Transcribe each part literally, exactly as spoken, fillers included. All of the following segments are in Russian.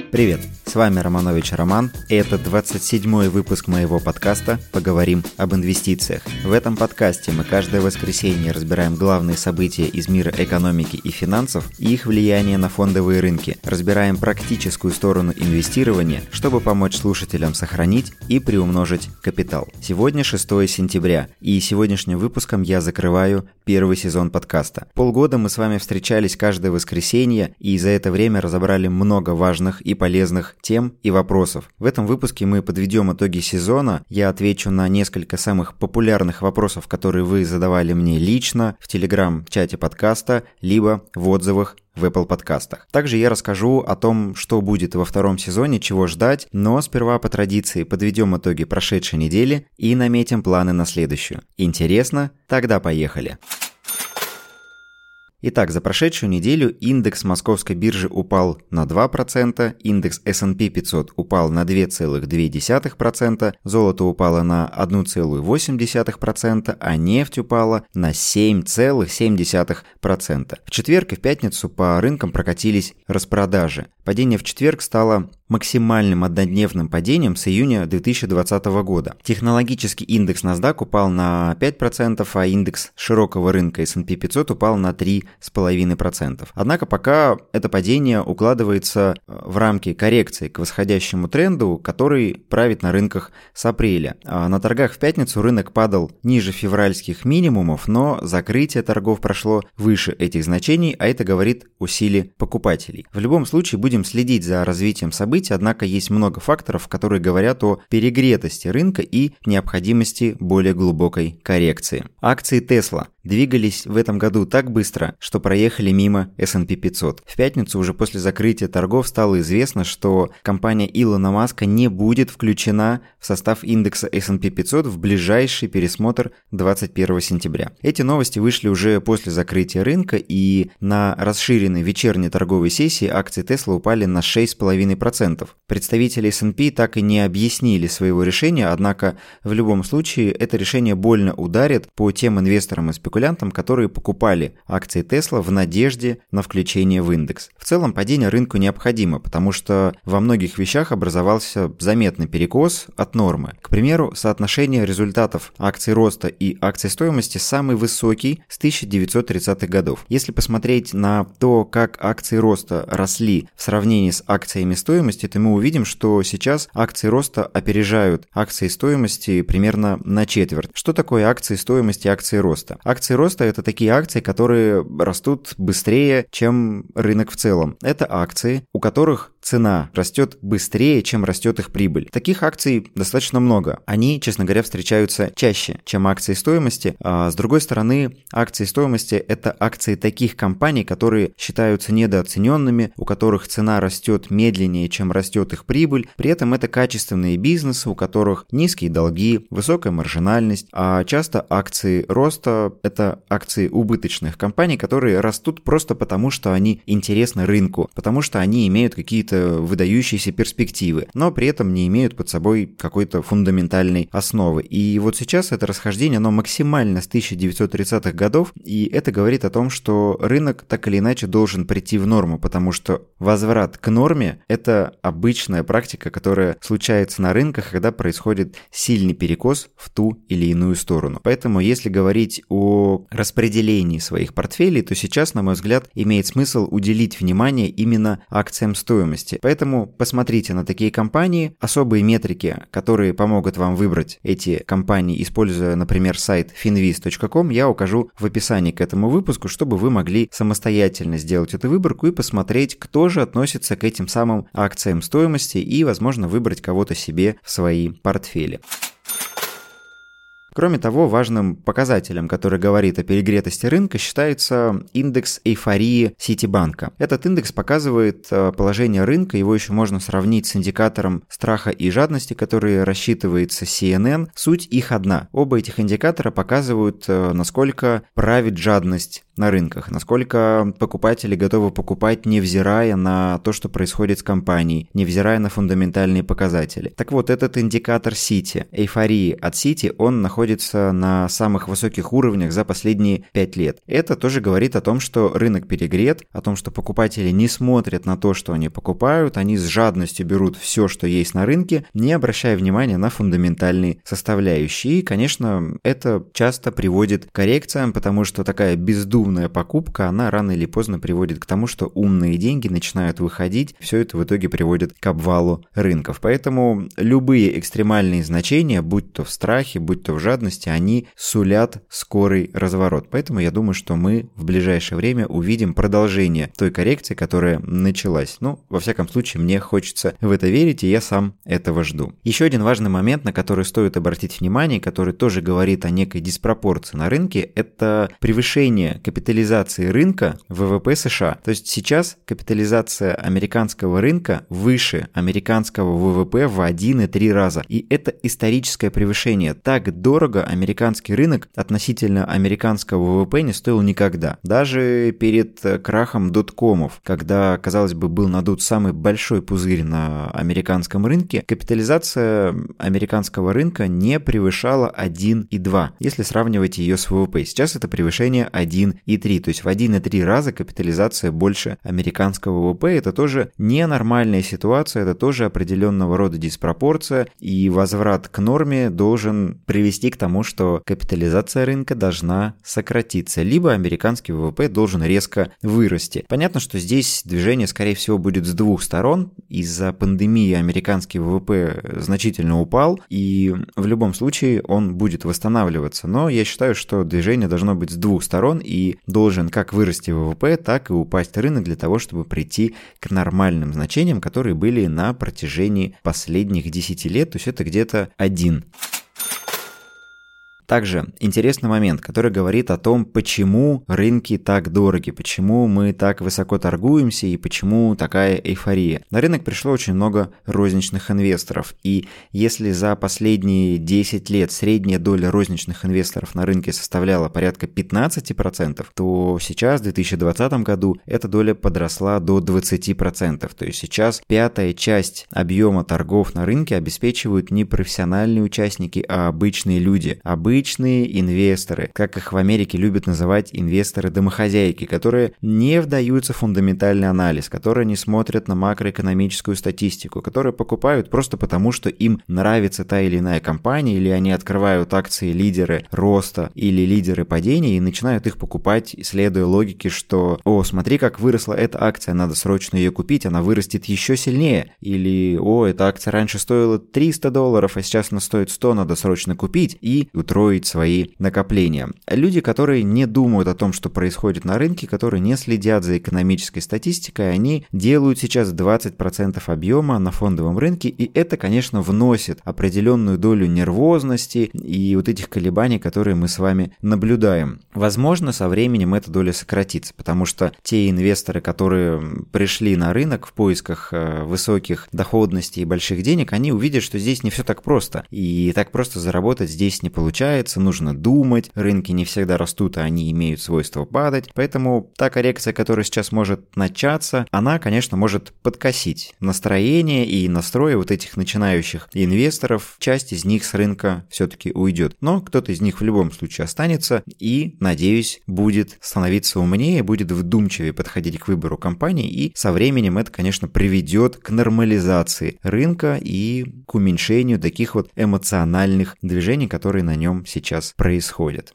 Привет, с вами Романович Роман, и это двадцать седьмой выпуск моего подкаста «Поговорим об инвестициях». В этом подкасте мы каждое воскресенье разбираем главные события из мира экономики и финансов и их влияние на фондовые рынки, разбираем практическую сторону инвестирования, чтобы помочь слушателям сохранить и приумножить капитал. Сегодня шестое сентября, и сегодняшним выпуском я закрываю первый сезон подкаста. Полгода мы с вами встречались каждое воскресенье, и за это время разобрали много важных и полезных тем и вопросов. В этом выпуске мы подведем итоги сезона, я отвечу на несколько самых популярных вопросов, которые вы задавали мне лично в телеграм-чате подкаста, либо в отзывах в Apple подкастах. Также я расскажу о том, что будет во втором сезоне, чего ждать, но сперва по традиции подведем итоги прошедшей недели и наметим планы на следующую. Интересно? Тогда поехали! Итак, за прошедшую неделю индекс московской биржи упал на два процента, индекс эс энд пи пятьсот упал на два целых две десятых процента, золото упало на один целых восемь десятых процента, а нефть упала на семь целых семь десятых процента. В четверг и в пятницу по рынкам прокатились распродажи. Падение в четверг стало максимальным однодневным падением с июня две тысячи двадцатого года. Технологический индекс NASDAQ упал на пять процентов, а индекс широкого рынка эс энд пи пятьсот упал на три целых пять десятых процента. Однако пока это падение укладывается в рамки коррекции к восходящему тренду, который правит на рынках с апреля. А на торгах в пятницу рынок падал ниже февральских минимумов, но закрытие торгов прошло выше этих значений, а это говорит о силе покупателей. В любом случае будем следить за развитием событий, однако есть много факторов, которые говорят о перегретости рынка и необходимости более глубокой коррекции. Акции Tesla двигались в этом году так быстро, что проехали мимо эс энд пи пятьсот. В пятницу уже после закрытия торгов стало известно, что компания Илона Маска не будет включена в состав индекса эс энд пи пятьсот в ближайший пересмотр двадцать первого сентября. Эти новости вышли уже после закрытия рынка, и на расширенной вечерней торговой сессии акции Tesla упали на шесть целых пять десятых процента. Представители эс энд пи так и не объяснили своего решения, однако в любом случае это решение больно ударит по тем инвесторам и спекулянтам, которые покупали акции Tesla в надежде на включение в индекс. В целом падение рынку необходимо, потому что во многих вещах образовался заметный перекос от нормы. К примеру, соотношение результатов акций роста и акций стоимости самый высокий с тысяча девятьсот тридцатых годов. Если посмотреть на то, как акции роста росли в сравнении с акциями стоимости, то мы увидим, что сейчас акции роста опережают акции стоимости примерно на четверть. Что такое акции стоимости и акции роста? Акции роста – это такие акции, которые растут быстрее, чем рынок в целом. Это акции, у которых цена растет быстрее, чем растет их прибыль. Таких акций достаточно много. Они, честно говоря, встречаются чаще, чем акции стоимости. А с другой стороны, акции стоимости – это акции таких компаний, которые считаются недооцененными, у которых цена растет медленнее, чем растет их прибыль. При этом это качественные бизнесы, у которых низкие долги, высокая маржинальность. А часто акции роста – это акции убыточных компаний, которые растут просто потому, что они интересны рынку, потому что они имеют какие-то выдающиеся перспективы, но при этом не имеют под собой какой-то фундаментальной основы. И вот сейчас это расхождение, оно максимально с тысяча девятьсот тридцатых годов, и это говорит о том, что рынок так или иначе должен прийти в норму, потому что возврат к норме – это обычная практика, которая случается на рынках, когда происходит сильный перекос в ту или иную сторону. Поэтому, если говорить о распределении своих портфелей, то сейчас, на мой взгляд, имеет смысл уделить внимание именно акциям стоимости. Поэтому посмотрите на такие компании, особые метрики, которые помогут вам выбрать эти компании, используя, например, сайт финвиз точка ком, я укажу в описании к этому выпуску, чтобы вы могли самостоятельно сделать эту выборку и посмотреть, кто же относится к этим самым акциям стоимости и, возможно, выбрать кого-то себе в свои портфели. Кроме того, важным показателем, который говорит о перегретости рынка, считается индекс эйфории Ситибанка. Этот индекс показывает положение рынка, его еще можно сравнить с индикатором страха и жадности, который рассчитывается си эн эн. Суть их одна. Оба этих индикатора показывают, насколько правит жадность на рынках, насколько покупатели готовы покупать, невзирая на то, что происходит с компанией, невзирая на фундаментальные показатели. Так вот, этот индикатор Сити, эйфории от Сити, он находится находится на самых высоких уровнях за последние пять лет. Это тоже говорит о том, что рынок перегрет, о том, что покупатели не смотрят на то, что они покупают, они с жадностью берут все, что есть на рынке, не обращая внимания на фундаментальные составляющие. И, конечно, это часто приводит к коррекциям, потому что такая бездумная покупка, она рано или поздно приводит к тому, что умные деньги начинают выходить, все это в итоге приводит к обвалу рынков. Поэтому любые экстремальные значения, будь то в страхе, будь то в жадности, они сулят скорый разворот. Поэтому я думаю, что мы в ближайшее время увидим продолжение той коррекции, которая началась. Ну, во всяком случае, мне хочется в это верить, и я сам этого жду. Еще один важный момент, на который стоит обратить внимание, который тоже говорит о некой диспропорции на рынке, это превышение капитализации рынка вэ вэ пэ США. То есть сейчас капитализация американского рынка выше американского вэ вэ пэ в один и три раза. И это историческое превышение. Так дорого американский рынок относительно американского вэ вэ пэ не стоил никогда. Даже перед крахом доткомов, когда, казалось бы, был надут самый большой пузырь на американском рынке, капитализация американского рынка не превышала один и два, если сравнивать ее с вэ вэ пэ. Сейчас это превышение один и три, то есть в один и три раза капитализация больше американского вэ вэ пэ. Это тоже ненормальная ситуация, это тоже определенного рода диспропорция, и возврат к норме должен привести к тому, что капитализация рынка должна сократиться, либо американский вэ вэ пэ должен резко вырасти. Понятно, что здесь движение, скорее всего, будет с двух сторон. Из-за пандемии американский вэ вэ пэ значительно упал, и в любом случае он будет восстанавливаться. Но я считаю, что движение должно быть с двух сторон, и должен как вырасти вэ вэ пэ, так и упасть рынок для того, чтобы прийти к нормальным значениям, которые были на протяжении последних десяти лет, то есть это где-то один. Также интересный момент, который говорит о том, почему рынки так дороги, почему мы так высоко торгуемся и почему такая эйфория. На рынок пришло очень много розничных инвесторов, и если за последние десять лет средняя доля розничных инвесторов на рынке составляла порядка пятнадцать процентов, то сейчас, в две тысячи двадцатом году, эта доля подросла до двадцать процентов. То есть сейчас пятая часть объема торгов на рынке обеспечивают не профессиональные участники, а обычные люди, обычные Обычные инвесторы, как их в Америке любят называть инвесторы-домохозяйки, которые не вдаются в фундаментальный анализ, которые не смотрят на макроэкономическую статистику, которые покупают просто потому, что им нравится та или иная компания, или они открывают акции лидеры роста или лидеры падения и начинают их покупать, следуя логике, что «О, смотри, как выросла эта акция, надо срочно ее купить, она вырастет еще сильнее», или «О, эта акция раньше стоила триста долларов, а сейчас она стоит сто, надо срочно купить» и утроить свои накопления. Люди, которые не думают о том, что происходит на рынке, которые не следят за экономической статистикой, они делают сейчас двадцать процентов объема на фондовом рынке, и это, конечно, вносит определенную долю нервозности и вот этих колебаний, которые мы с вами наблюдаем. Возможно, со временем эта доля сократится, потому что те инвесторы, которые пришли на рынок в поисках высоких доходностей и больших денег, они увидят, что здесь не все так просто, и так просто заработать здесь не получается. Нужно думать, рынки не всегда растут, а они имеют свойство падать, поэтому та коррекция, которая сейчас может начаться, она, конечно, может подкосить настроение и настрой вот этих начинающих инвесторов. Часть из них с рынка все-таки уйдет, но кто-то из них в любом случае останется и, надеюсь, будет становиться умнее, будет вдумчивее подходить к выбору компаний, и со временем это, конечно, приведет к нормализации рынка и к уменьшению таких вот эмоциональных движений, которые на нем сейчас происходит.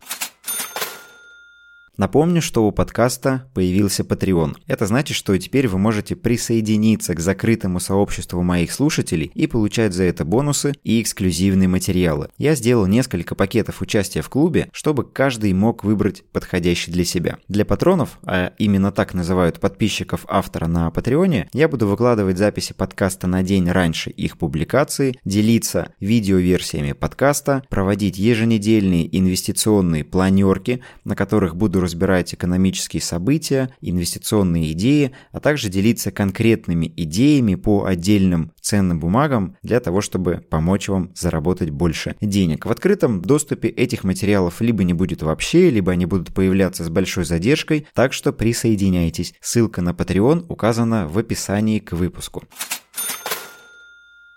Напомню, что у подкаста появился Patreon. Это значит, что теперь вы можете присоединиться к закрытому сообществу моих слушателей и получать за это бонусы и эксклюзивные материалы. Я сделал несколько пакетов участия в клубе, чтобы каждый мог выбрать подходящий для себя. Для патронов, а именно так называют подписчиков автора на Патреоне, я буду выкладывать записи подкаста на день раньше их публикации, делиться видеоверсиями подкаста, проводить еженедельные инвестиционные планерки, на которых буду разбирать экономические события, инвестиционные идеи, а также делиться конкретными идеями по отдельным ценным бумагам для того, чтобы помочь вам заработать больше денег. В открытом доступе этих материалов либо не будет вообще, либо они будут появляться с большой задержкой, так что присоединяйтесь. Ссылка на Patreon указана в описании к выпуску.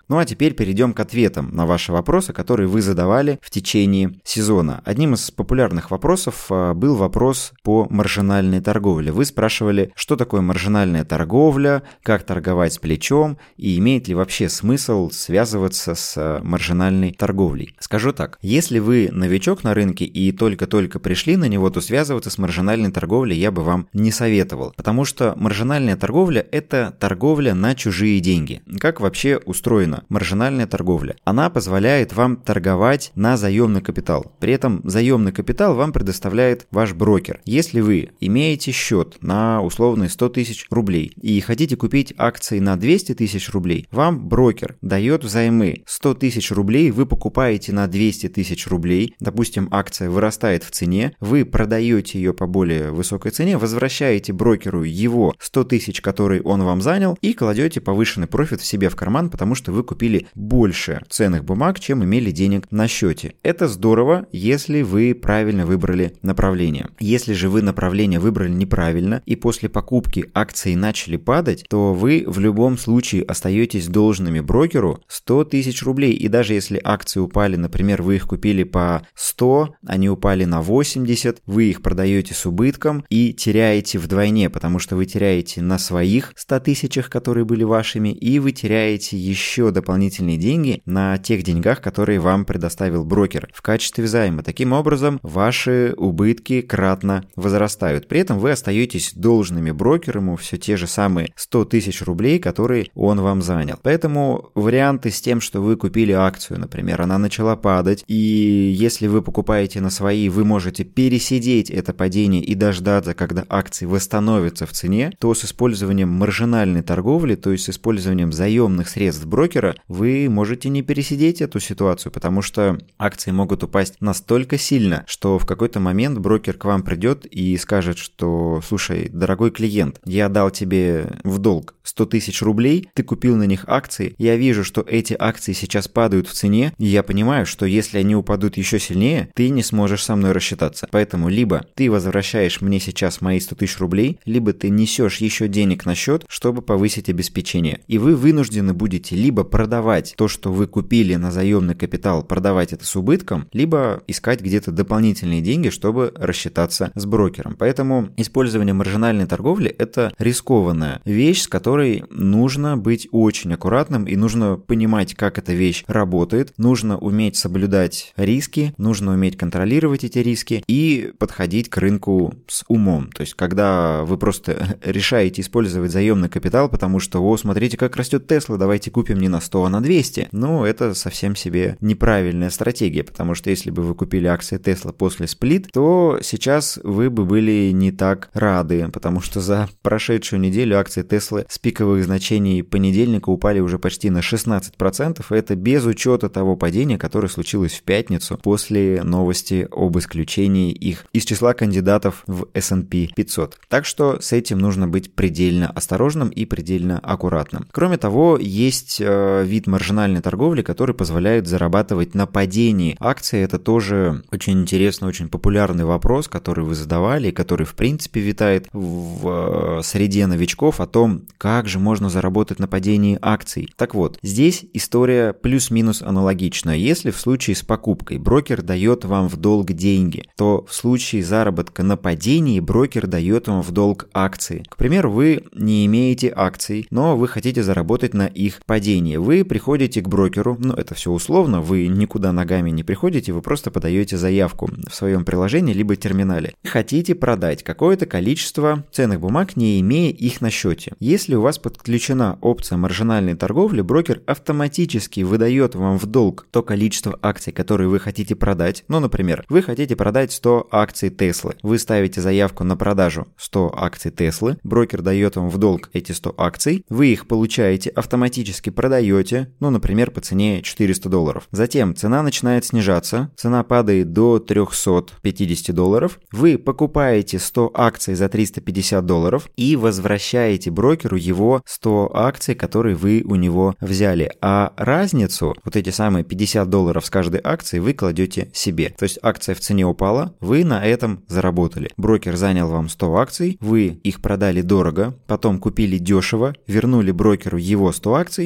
Ну а теперь перейдем к ответам на ваши вопросы, которые вы задавали в течение сезона. Одним из популярных вопросов был вопрос по маржинальной торговле. Вы спрашивали, что такое маржинальная торговля, как торговать с плечом и имеет ли вообще смысл связываться с маржинальной торговлей. Скажу так, если вы новичок на рынке и только-только пришли на него, то связываться с маржинальной торговлей я бы вам не советовал, потому что маржинальная торговля – это торговля на чужие деньги. Как вообще устроена маржинальная торговля? Она позволяет вам торговать на заемный капитал. При этом заемный капитал вам предоставляет ваш брокер. Если вы имеете счет на условные сто тысяч рублей и хотите купить акции на двести тысяч рублей, вам брокер дает взаймы сто тысяч рублей, вы покупаете на двести тысяч рублей, допустим, акция вырастает в цене, вы продаете ее по более высокой цене, возвращаете брокеру его сто тысяч, которые он вам занял, и кладете повышенный профит в себе в карман, потому что вы купили больше ценных бумаг, чем имели денег на счете. Это здорово, если вы правильно выбрали направление. Если же вы направление выбрали неправильно и после покупки акции начали падать, то вы в любом случае остаетесь должными брокеру сто тысяч рублей. И даже если акции упали, например, вы их купили по сто, они упали на восемьдесят, вы их продаете с убытком и теряете вдвойне, потому что вы теряете на своих ста тысячах, которые были вашими, и вы теряете еще дополнительные деньги на тех деньгах, которые вам предоставил брокер в качестве займа. Таким образом, ваши убытки кратно возрастают. При этом вы остаетесь должными брокеру ему все те же самые сто тысяч рублей, которые он вам занял. Поэтому варианты с тем, что вы купили акцию, например, она начала падать, и если вы покупаете на свои, вы можете пересидеть это падение и дождаться, когда акции восстановятся в цене, то с использованием маржинальной торговли, то есть с использованием заемных средств брокера, вы можете не пересидеть эту ситуацию, потому что акции могут упасть настолько сильно, что в какой-то момент брокер к вам придет и скажет, что, слушай, дорогой клиент, я дал тебе в долг сто тысяч рублей, ты купил на них акции, я вижу, что эти акции сейчас падают в цене, и я понимаю, что если они упадут еще сильнее, ты не сможешь со мной рассчитаться. Поэтому либо ты возвращаешь мне сейчас мои сто тысяч рублей, либо ты несешь еще денег на счет, чтобы повысить обеспечение. И вы вынуждены будете либо продавать то, что вы купили на заемный капитал, продавать это с убытком, либо искать где-то дополнительные деньги, чтобы рассчитаться с брокером. Поэтому использование маржинальной торговли – это рискованная вещь, с которой нужно быть очень аккуратным и нужно понимать, как эта вещь работает, нужно уметь соблюдать риски, нужно уметь контролировать эти риски и подходить к рынку с умом. То есть, когда вы просто решаете использовать заемный капитал, потому что, о, смотрите, как растет Тесла, давайте купим не на сто, а на двести. Ну, это совсем себе неправильная стратегия, потому что если бы вы купили акции Тесла после сплит, то сейчас вы бы были не так рады, потому что за прошедшую неделю акции Теслы с пиковых значений понедельника упали уже почти на шестнадцать процентов, и это без учета того падения, которое случилось в пятницу после новости об исключении их из числа кандидатов в эс энд пи пятьсот. Так что с этим нужно быть предельно осторожным и предельно аккуратным. Кроме того, есть э, вид маржинальной торговли, который позволяет зарабатывать на падении акций. Это тоже очень интересный, очень популярный вопрос, который вы задавали и который в принципе витает в э, среде новичков о том, как же можно заработать на падении акций. Так вот, здесь история плюс-минус аналогичная. Если в случае с покупкой брокер дает вам в долг деньги, то в случае заработка на падении брокер дает вам в долг акции. К примеру, вы не имеете акций, но вы хотите заработать на их падении. Вы приходите к брокеру, ну это все условно, вы никуда ногами не приходите, вы просто подаете заявку в своем приложении либо терминале. Хотите продать какое-то количество ценных бумаг, не имея их на счете. Если у вас подключена опция маржинальной торговли, брокер автоматически выдает вам в долг то количество акций, которые вы хотите продать. Ну, например, вы хотите продать сто акций Теслы. Вы ставите заявку на продажу сто акций Теслы, брокер дает вам в долг эти сто акций, вы их получаете, автоматически продаете, ну, например, по цене четыреста долларов. Затем цена начинает снижаться, цена падает до триста пятьдесят долларов, вы покупаете сто акций за триста пятьдесят долларов и возвращаете брокеру его сто акций, которые вы у него взяли. А разницу, вот эти самые пятьдесят долларов с каждой акции, вы кладете себе. То есть акция в цене упала, вы на этом заработали. Брокер занял вам сто акций, вы их продали дорого, потом купили дешево, вернули брокеру его сто акций, а разницу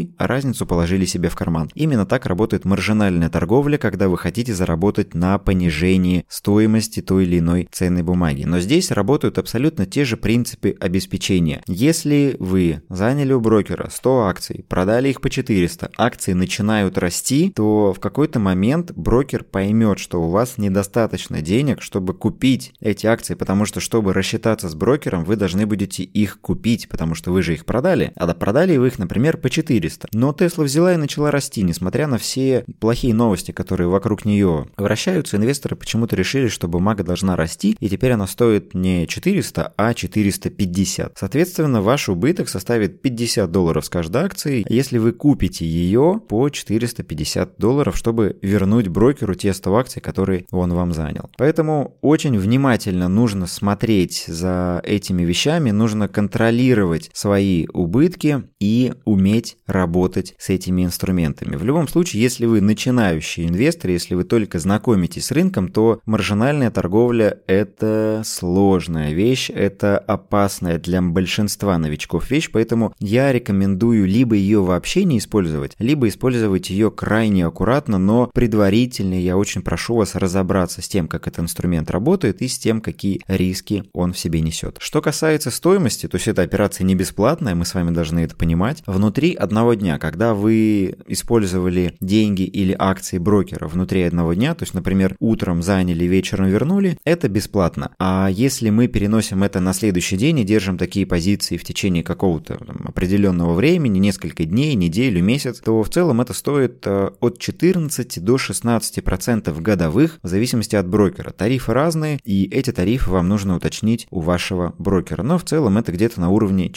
разницу положили себе в карман. Именно так работает маржинальная торговля, когда вы хотите заработать на понижении стоимости той или иной ценной бумаги. Но здесь работают абсолютно те же принципы обеспечения. Если вы заняли у брокера сто акций, продали их по четыреста, акции начинают расти, то в какой-то момент брокер поймет, что у вас недостаточно денег, чтобы купить эти акции, потому что, чтобы рассчитаться с брокером, вы должны будете их купить, потому что вы же их продали, а продали вы их, например, по четыреста. Но Tesla взяла и начала расти, несмотря на все плохие новости, которые вокруг нее вращаются, инвесторы почему-то решили, что бумага должна расти, и теперь она стоит не четыреста, а четыреста пятьдесят. Соответственно, ваш убыток составит пятьдесят долларов с каждой акции, если вы купите ее по четыреста пятьдесят долларов, чтобы вернуть брокеру те сто акций, которые он вам занял. Поэтому очень внимательно нужно смотреть за этими вещами, нужно контролировать свои убытки и уметь работать с этими инструментами. В любом случае, если вы начинающий инвестор, если вы только знакомитесь с рынком, то маржинальная торговля – это сложная вещь, это опасная для большинства новичков вещь, поэтому я рекомендую либо ее вообще не использовать, либо использовать ее крайне аккуратно, но предварительно я очень прошу вас разобраться с тем, как этот инструмент работает и с тем, какие риски он в себе несет. Что касается стоимости, то есть эта операция не бесплатная, мы с вами должны это понимать. Внутри одного дня, когда вы использовали деньги или акции брокера внутри одного дня, то есть, например, утром заняли, вечером вернули, это бесплатно. А если мы переносим это на следующий день и держим такие позиции в течение какого-то там определенного времени, несколько дней, неделю, месяц, то в целом это стоит от четырнадцати до шестнадцати процентов годовых в зависимости от брокера. Тарифы разные, и эти тарифы вам нужно уточнить у вашего брокера. Но в целом это где-то на уровне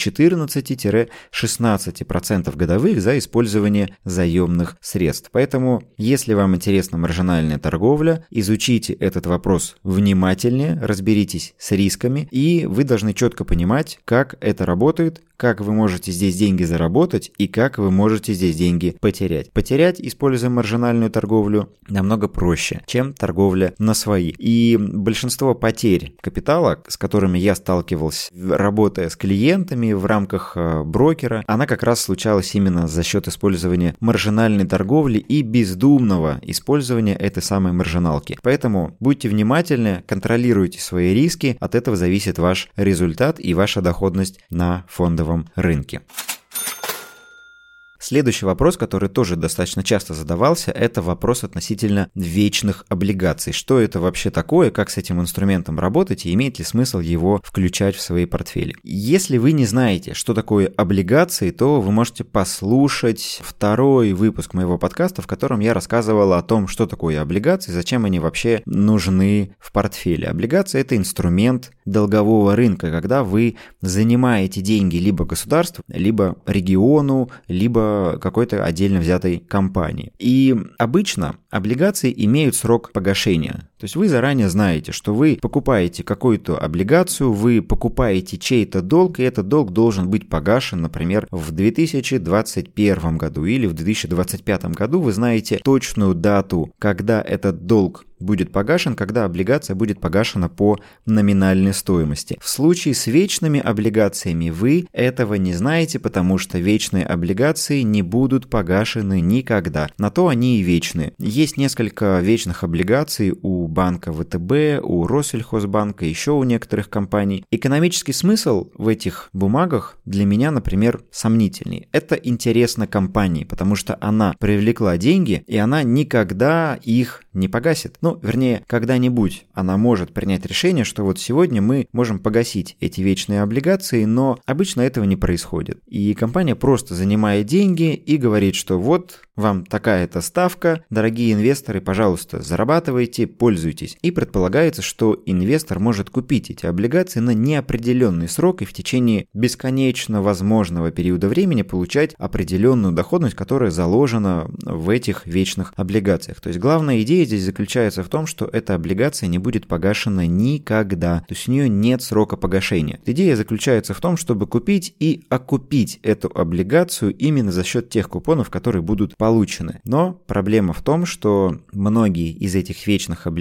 четырнадцати-шестнадцати процентов годовых за использование заемных средств. Поэтому, если вам интересна маржинальная торговля, изучите этот вопрос внимательнее, разберитесь с рисками, и вы должны четко понимать, как это работает, как вы можете здесь деньги заработать и как вы можете здесь деньги потерять. Потерять, используя маржинальную торговлю, намного проще, чем торговля на свои. И большинство потерь капитала, с которыми я сталкивался, работая с клиентами в рамках брокера, она как раз случалась именно за счет использования маржинальной торговли и бездумного использования этой самой маржиналки. Поэтому будьте внимательны, контролируйте свои риски, от этого зависит ваш результат и ваша доходность на фондовом рынке. Следующий вопрос, который тоже достаточно часто задавался, это вопрос относительно вечных облигаций. Что это вообще такое, как с этим инструментом работать и имеет ли смысл его включать в свои портфели? Если вы не знаете, что такое облигации, то вы можете послушать второй выпуск моего подкаста, в котором я рассказывал о том, что такое облигации, зачем они вообще нужны в портфеле. Облигации – это инструмент долгового рынка, когда вы занимаете деньги либо государству, либо региону, либо какой-то отдельно взятой компании. И обычно облигации имеют срок погашения. То есть вы заранее знаете, что вы покупаете какую-то облигацию, вы покупаете чей-то долг, и этот долг должен быть погашен, например, в две тысячи двадцать первом году или в две тысячи двадцать пятом году. Вы знаете точную дату, когда этот долг будет погашен, когда облигация будет погашена по номинальной стоимости. В случае с вечными облигациями вы этого не знаете, потому что вечные облигации не будут погашены никогда. На то они и вечные. Есть несколько вечных облигаций у банка вэ тэ бэ, у Россельхозбанка, еще у некоторых компаний. Экономический смысл в этих бумагах для меня, например, сомнительный. Это интересно компании, потому что она привлекла деньги, и она никогда их не погасит. Ну, вернее, когда-нибудь она может принять решение, что вот сегодня мы можем погасить эти вечные облигации, но обычно этого не происходит. И компания просто занимает деньги и говорит, что вот вам такая-то ставка, дорогие инвесторы, пожалуйста, зарабатывайте, пользуйтесь. И предполагается, что инвестор может купить эти облигации на неопределенный срок и в течение бесконечно возможного периода времени получать определенную доходность, которая заложена в этих вечных облигациях. То есть главная идея здесь заключается в том, что эта облигация не будет погашена никогда. То есть у нее нет срока погашения. Идея заключается в том, чтобы купить и окупить эту облигацию именно за счет тех купонов, которые будут получены. Но проблема в том, что многие из этих вечных облигаций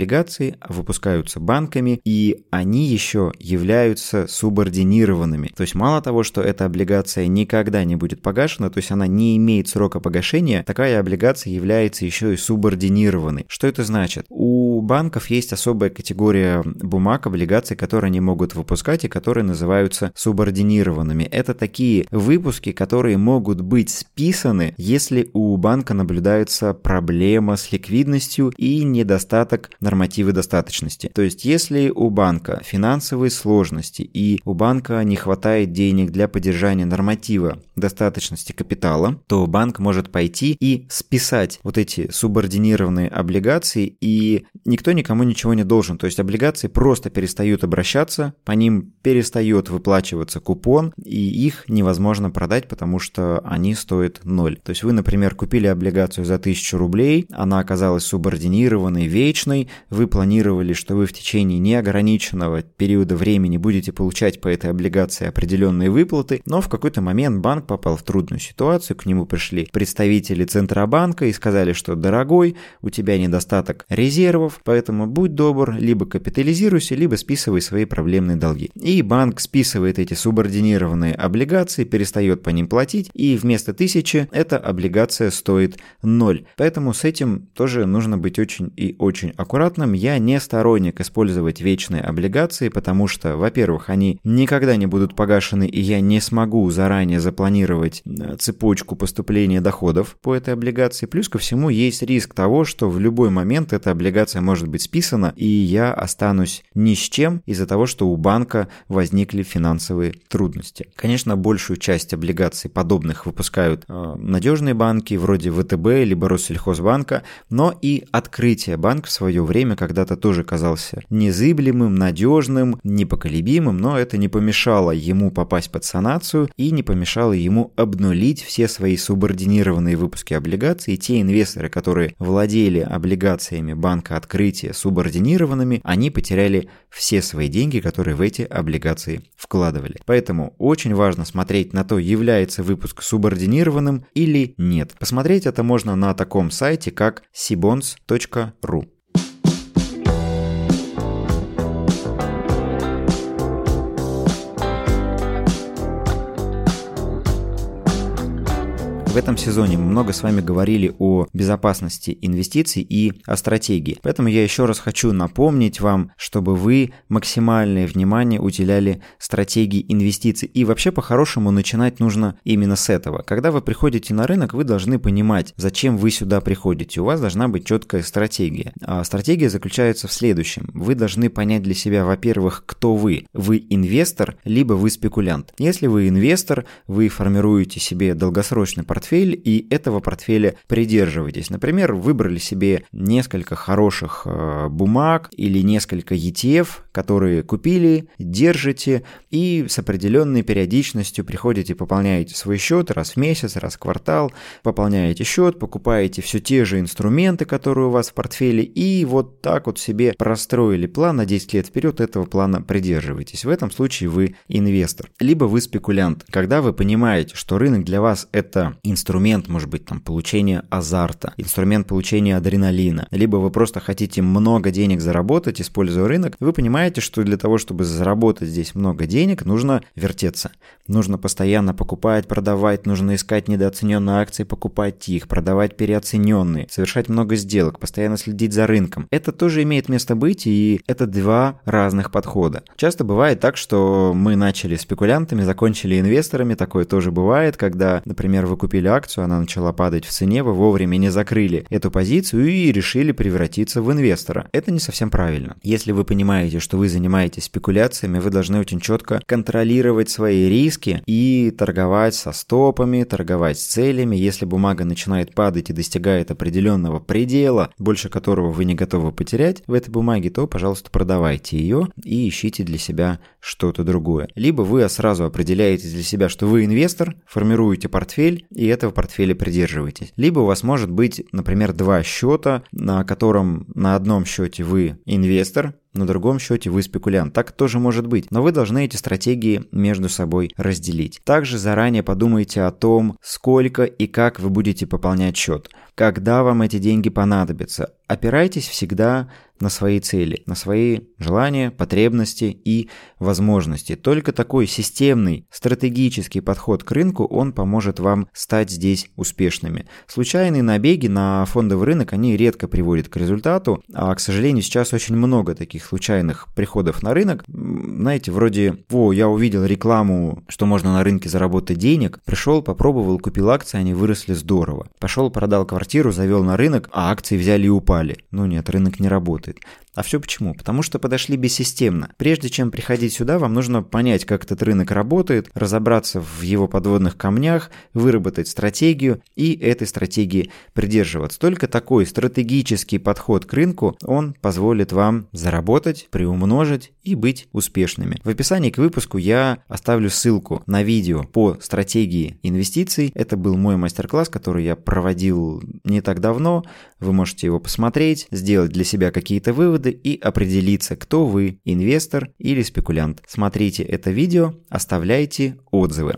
облигации выпускаются банками, и они еще являются субординированными. То есть мало того, что эта облигация никогда не будет погашена, то есть она не имеет срока погашения, такая облигация является еще и субординированной. Что это значит? У банков есть особая категория бумаг, облигаций, которые они могут выпускать и которые называются субординированными. Это такие выпуски, которые могут быть списаны, если у банка наблюдается проблема с ликвидностью и недостаток норматива достаточности. То есть если у банка финансовые сложности и у банка не хватает денег для поддержания норматива достаточности капитала, то банк может пойти и списать вот эти субординированные облигации, и никто никому ничего не должен. То есть облигации просто перестают обращаться, по ним перестает выплачиваться купон, и их невозможно продать, потому что они стоят ноль. То есть вы, например, купили облигацию за тысячу рублей, она оказалась субординированной, вечной, вы планировали, что вы в течение неограниченного периода времени будете получать по этой облигации определенные выплаты, но в какой-то момент банк попал в трудную ситуацию, к нему пришли представители Центробанка и сказали, что, дорогой, у тебя недостаток резервов, поэтому будь добр, либо капитализируйся, либо списывай свои проблемные долги. И банк списывает эти субординированные облигации, перестает по ним платить, и вместо тысячи эта облигация стоит ноль. Поэтому с этим тоже нужно быть очень и очень аккуратным. Я не сторонник использовать вечные облигации, потому что, во-первых, они никогда не будут погашены, и я не смогу заранее запланировать цепочку поступления доходов по этой облигации. Плюс ко всему есть риск того, что в любой момент эта облигация может быть списана, и я останусь ни с чем из-за того, что у банка возникли финансовые трудности. Конечно, большую часть облигаций подобных выпускают э, надежные банки, вроде ВТБ либо Россельхозбанка, но и открытие банк в свое время когда-то тоже казался незыблемым, надежным, непоколебимым, но это не помешало ему попасть под санацию и не помешало ему обнулить все свои субординированные выпуски облигаций. И те инвесторы, которые владели облигациями банка открытия субординированными, они потеряли все свои деньги, которые в эти облигации вкладывали. Поэтому очень важно смотреть на то, является выпуск субординированным или нет. Посмотреть это можно на таком сайте, как сибонс точка ру. В этом сезоне мы много с вами говорили о безопасности инвестиций и о стратегии. Поэтому я еще раз хочу напомнить вам, чтобы вы максимальное внимание уделяли стратегии инвестиций. И вообще по-хорошему начинать нужно именно с этого. Когда вы приходите на рынок, вы должны понимать, зачем вы сюда приходите. У вас должна быть четкая стратегия. А стратегия заключается в следующем. Вы должны понять для себя, во-первых, кто вы. Вы инвестор, либо вы спекулянт. Если вы инвестор, вы формируете себе долгосрочный портфель, и этого портфеля придерживайтесь. Например, выбрали себе несколько хороших э, бумаг или несколько и ти эф, которые купили, держите и с определенной периодичностью приходите, пополняете свой счет раз в месяц, раз в квартал, пополняете счет, покупаете все те же инструменты, которые у вас в портфеле, и вот так вот себе простроили план на десять лет вперед, этого плана придерживайтесь. В этом случае вы инвестор. Либо вы спекулянт. Когда вы понимаете, что рынок для вас это инструмент, может быть, там, получения азарта, инструмент получения адреналина, либо вы просто хотите много денег заработать, используя рынок, вы понимаете, что для того, чтобы заработать здесь много денег, нужно вертеться. Нужно постоянно покупать, продавать, нужно искать недооцененные акции, покупать их, продавать переоцененные, совершать много сделок, постоянно следить за рынком. Это тоже имеет место быть, и это два разных подхода. Часто бывает так, что мы начали спекулянтами, закончили инвесторами, такое тоже бывает, когда, например, вы купили акцию, она начала падать в цене, вы вовремя не закрыли эту позицию и решили превратиться в инвестора. Это не совсем правильно. Если вы понимаете, что вы занимаетесь спекуляциями, вы должны очень четко контролировать свои риски и торговать со стопами, торговать с целями. Если бумага начинает падать и достигает определенного предела, больше которого вы не готовы потерять в этой бумаге, то, пожалуйста, продавайте ее и ищите для себя что-то другое. Либо вы сразу определяете для себя, что вы инвестор, формируете портфель и этого портфеля придерживаетесь. Либо у вас может быть, например, два счета, на котором на одном счете вы инвестор, на другом счете вы спекулянт. Так тоже может быть. Но вы должны эти стратегии между собой разделить. Также заранее подумайте о том, сколько и как вы будете пополнять счет. Когда вам эти деньги понадобятся. опирайтесь всегда на свои цели, на свои желания, потребности и возможности. Только такой системный, стратегический подход к рынку, он поможет вам стать здесь успешными. Случайные набеги на фондовый рынок, они редко приводят к результату, а, к сожалению, сейчас очень много таких случайных приходов на рынок. Знаете, вроде, о, я увидел рекламу, что можно на рынке заработать денег, пришел, попробовал, купил акции, они выросли здорово. Пошел, продал квартиру, завел на рынок, а акции взяли и упали. Ну нет, рынок не работает. А все почему? Потому что подошли бессистемно. Прежде чем приходить сюда, вам нужно понять, как этот рынок работает, разобраться в его подводных камнях, выработать стратегию и этой стратегии придерживаться. Только такой стратегический подход к рынку, он позволит вам заработать, приумножить и быть успешными. В описании к выпуску я оставлю ссылку на видео по стратегии инвестиций. Это был мой мастер-класс, который я проводил не так давно. Вы можете его посмотреть, сделать для себя какие-то выводы и определиться, кто вы, инвестор или спекулянт. Смотрите это видео, оставляйте отзывы.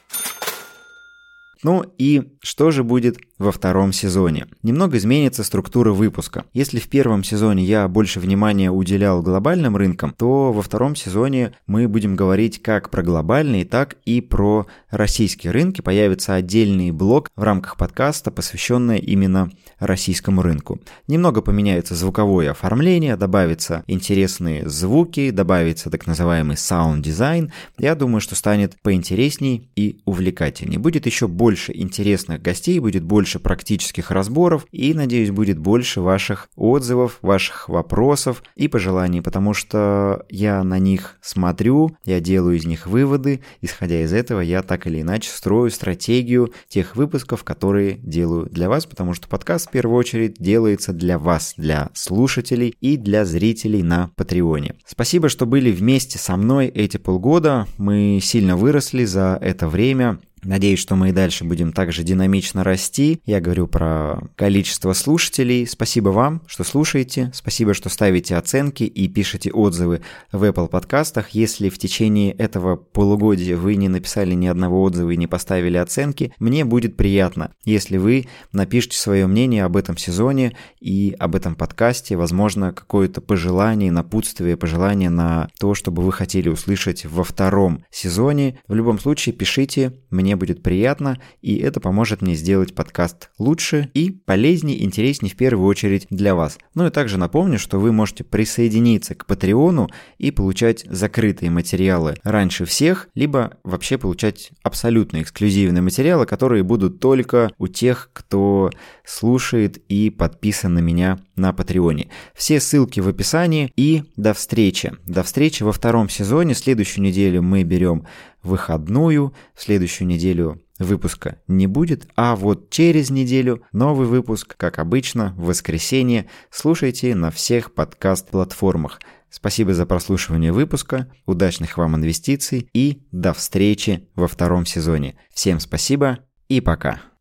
Ну и что же будет во втором сезоне? Немного изменится структура выпуска. Если в первом сезоне я больше внимания уделял глобальным рынкам, то во втором сезоне мы будем говорить как про глобальные, так и про российские рынки. Появится отдельный блок в рамках подкаста, посвященный именно российскому рынку. Немного поменяется звуковое оформление, добавятся интересные звуки, добавится так называемый саунд-дизайн. Я думаю, что станет поинтересней и увлекательней. Будет еще больше больше интересных гостей, будет больше практических разборов и, надеюсь, будет больше ваших отзывов, ваших вопросов и пожеланий, потому что я на них смотрю, я делаю из них выводы, исходя из этого я так или иначе строю стратегию тех выпусков, которые делаю для вас, потому что подкаст в первую очередь делается для вас, для слушателей и для зрителей на Патреоне. Спасибо, что были вместе со мной эти полгода, мы сильно выросли за это время. Надеюсь, что мы и дальше будем также динамично расти. Я говорю про количество слушателей. Спасибо вам, что слушаете. Спасибо, что ставите оценки и пишете отзывы в Apple подкастах. Если в течение этого полугодия вы не написали ни одного отзыва и не поставили оценки, мне будет приятно, если вы напишите свое мнение об этом сезоне и об этом подкасте. Возможно, какое-то пожелание, напутствие, пожелание на то, чтобы вы хотели услышать во втором сезоне. В любом случае, пишите, мне будет приятно, и это поможет мне сделать подкаст лучше и полезнее, интереснее в первую очередь для вас. Ну и также напомню, что вы можете присоединиться к Патреону и получать закрытые материалы раньше всех, либо вообще получать абсолютно эксклюзивные материалы, которые будут только у тех, кто слушает и подписан на меня на Патреоне. Все ссылки в описании и до встречи. До встречи во втором сезоне. Следующую неделю мы берем выходную, в следующую неделю выпуска не будет, а вот через неделю новый выпуск, как обычно, в воскресенье. Слушайте на всех подкаст-платформах. Спасибо за прослушивание выпуска, удачных вам инвестиций и до встречи во втором сезоне. Всем спасибо и пока.